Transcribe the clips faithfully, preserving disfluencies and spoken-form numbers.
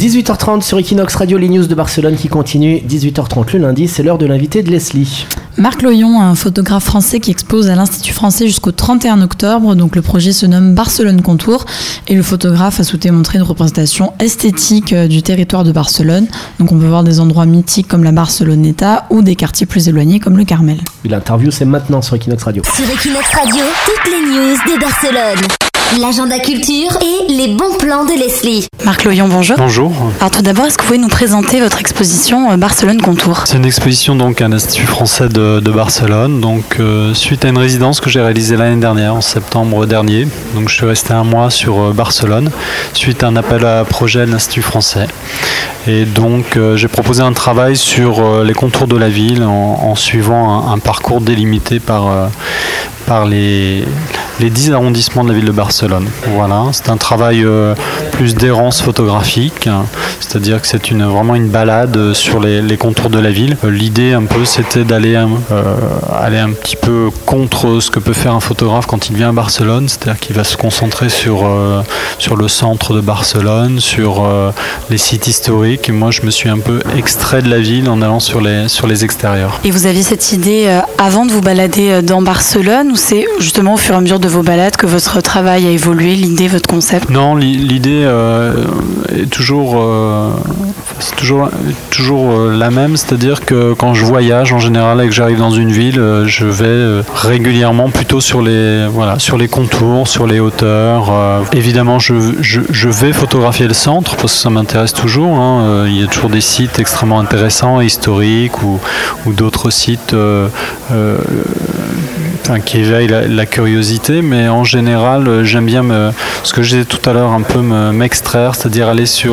dix-huit heures trente sur Equinox Radio, les news de Barcelone qui continuent. dix-huit heures trente le lundi, c'est l'heure de l'invité de Leslie. Marc Loyon, un photographe français qui expose à l'Institut français jusqu'au trente et un octobre. Donc le projet se nomme Barcelone Contour et le photographe a souhaité montrer une représentation esthétique du territoire de Barcelone. Donc on peut voir des endroits mythiques comme la Barceloneta ou des quartiers plus éloignés comme le Carmel. L'interview, c'est maintenant sur Equinox Radio. Sur Equinox Radio, toutes les news de Barcelone. L'agenda culture et les bons plans de Leslie. Marc Loyon, bonjour. Bonjour. Alors tout d'abord, est-ce que vous pouvez nous présenter votre exposition Barcelone Contour ? C'est une exposition donc à l'Institut français de, de Barcelone, donc euh, suite à une résidence que j'ai réalisée l'année dernière, en septembre dernier. Donc je suis resté un mois sur euh, Barcelone, suite à un appel à projet de l'Institut français. Et donc euh, j'ai proposé un travail sur euh, les contours de la ville en, en suivant un, un parcours délimité par, euh, par les, les dix arrondissements de la ville de Barcelone. Voilà, c'est un travail euh, plus d'errance photographique, hein, c'est-à-dire que c'est une, vraiment une balade sur les, les contours de la ville. Euh, l'idée un peu c'était d'aller euh, aller un petit peu contre ce que peut faire un photographe quand il vient à Barcelone, c'est-à-dire qu'il va se concentrer sur, euh, sur le centre de Barcelone, sur euh, les sites historiques. Et moi je me suis un peu extrait de la ville en allant sur les, sur les extérieurs. Et vous aviez cette idée euh, avant de vous balader dans Barcelone ou c'est justement au fur et à mesure de vos balades que votre travail a évolué, l'idée, votre concept ? Non, l'idée euh, est toujours, euh, c'est toujours, toujours euh, la même, c'est-à-dire que quand je voyage en général et que j'arrive dans une ville, euh, je vais euh, régulièrement plutôt sur les, voilà, sur les contours, sur les hauteurs. Euh, évidemment, je, je, je vais photographier le centre parce que ça m'intéresse toujours. Hein. Euh, il y a toujours des sites extrêmement intéressants, historiques ou, ou d'autres sites euh, euh, enfin, qui éveillent la, la curiosité, mais en général, j'aime bien me, ce que je disais tout à l'heure, un peu me, m'extraire, c'est-à-dire aller sur,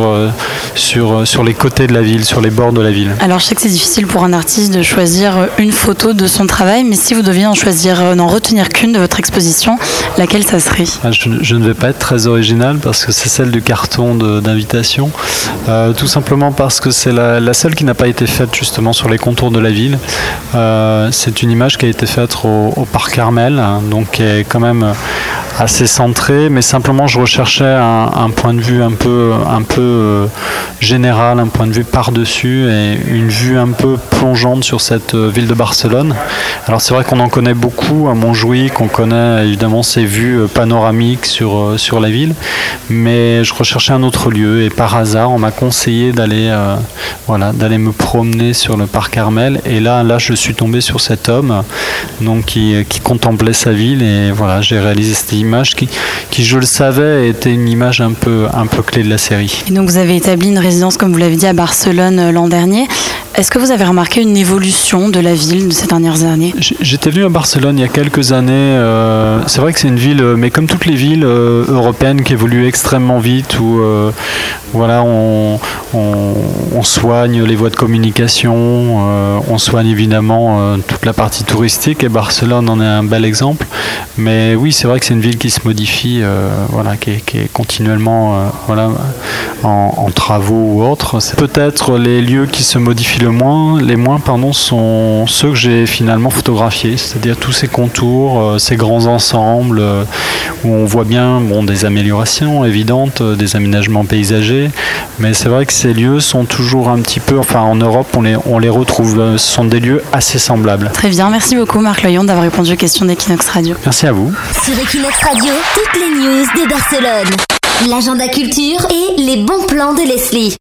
sur, sur les côtés de la ville, sur les bords de la ville. Alors je sais que c'est difficile pour un artiste de choisir une photo de son travail, mais si vous deviez en choisir, n'en retenir qu'une de votre exposition, laquelle ça serait ? je, je ne vais pas être très original parce que c'est celle du carton de, d'invitation, euh, tout simplement parce que c'est la, la seule qui n'a pas été faite justement sur les contours de la ville. Euh, c'est une image qui a été faite au, au Parc Carmel, hein, donc qui est quand même assez centré, mais simplement je recherchais un, un point de vue un peu, un peu euh, général, un point de vue par-dessus et une vue un peu plongeante sur cette euh, ville de Barcelone. Alors c'est vrai qu'on en connaît beaucoup à Montjuïc, qu'on connaît évidemment ces vues euh, panoramiques sur, euh, sur la ville, mais je recherchais un autre lieu et par hasard on m'a conseillé d'aller, euh, voilà, d'aller me promener sur le Parc Carmel et là, là je suis tombé sur cet homme donc, qui, qui contemplait sa ville et voilà, j'ai réalisé cette image qui, qui, je le savais, était une image un peu, un peu clé de la série. Et donc vous avez établi une résidence, comme vous l'avez dit, à Barcelone l'an dernier. Est-ce que vous avez remarqué une évolution de la ville de ces dernières années ? J'étais venu à Barcelone il y a quelques années. Euh, c'est vrai que c'est une ville, mais comme toutes les villes euh, européennes qui évoluent extrêmement vite, où euh, voilà, on, on, on soigne les voies de communication, euh, on soigne évidemment euh, toute la partie touristique, et Barcelone en est un bel exemple. Mais oui, c'est vrai que c'est une ville qui se modifie, euh, voilà, qui est, qui est continuellement euh, voilà, en, en travaux ou autres. C'est peut-être les lieux qui se modifient le moins, les moins pardon, sont ceux que j'ai finalement photographiés, c'est-à-dire tous ces contours, euh, ces grands ensembles euh, où on voit bien bon, des améliorations évidentes, euh, des aménagements paysagers, mais c'est vrai que ces lieux sont toujours un petit peu, enfin en Europe on les, on les retrouve, euh, ce sont des lieux assez semblables. Très bien, merci beaucoup Marc Loyon d'avoir répondu aux questions d'Equinox Radio. Merci à vous. Sur Equinox Radio, toutes les news de Barcelone, l'agenda culture et les bons plans de Leslie.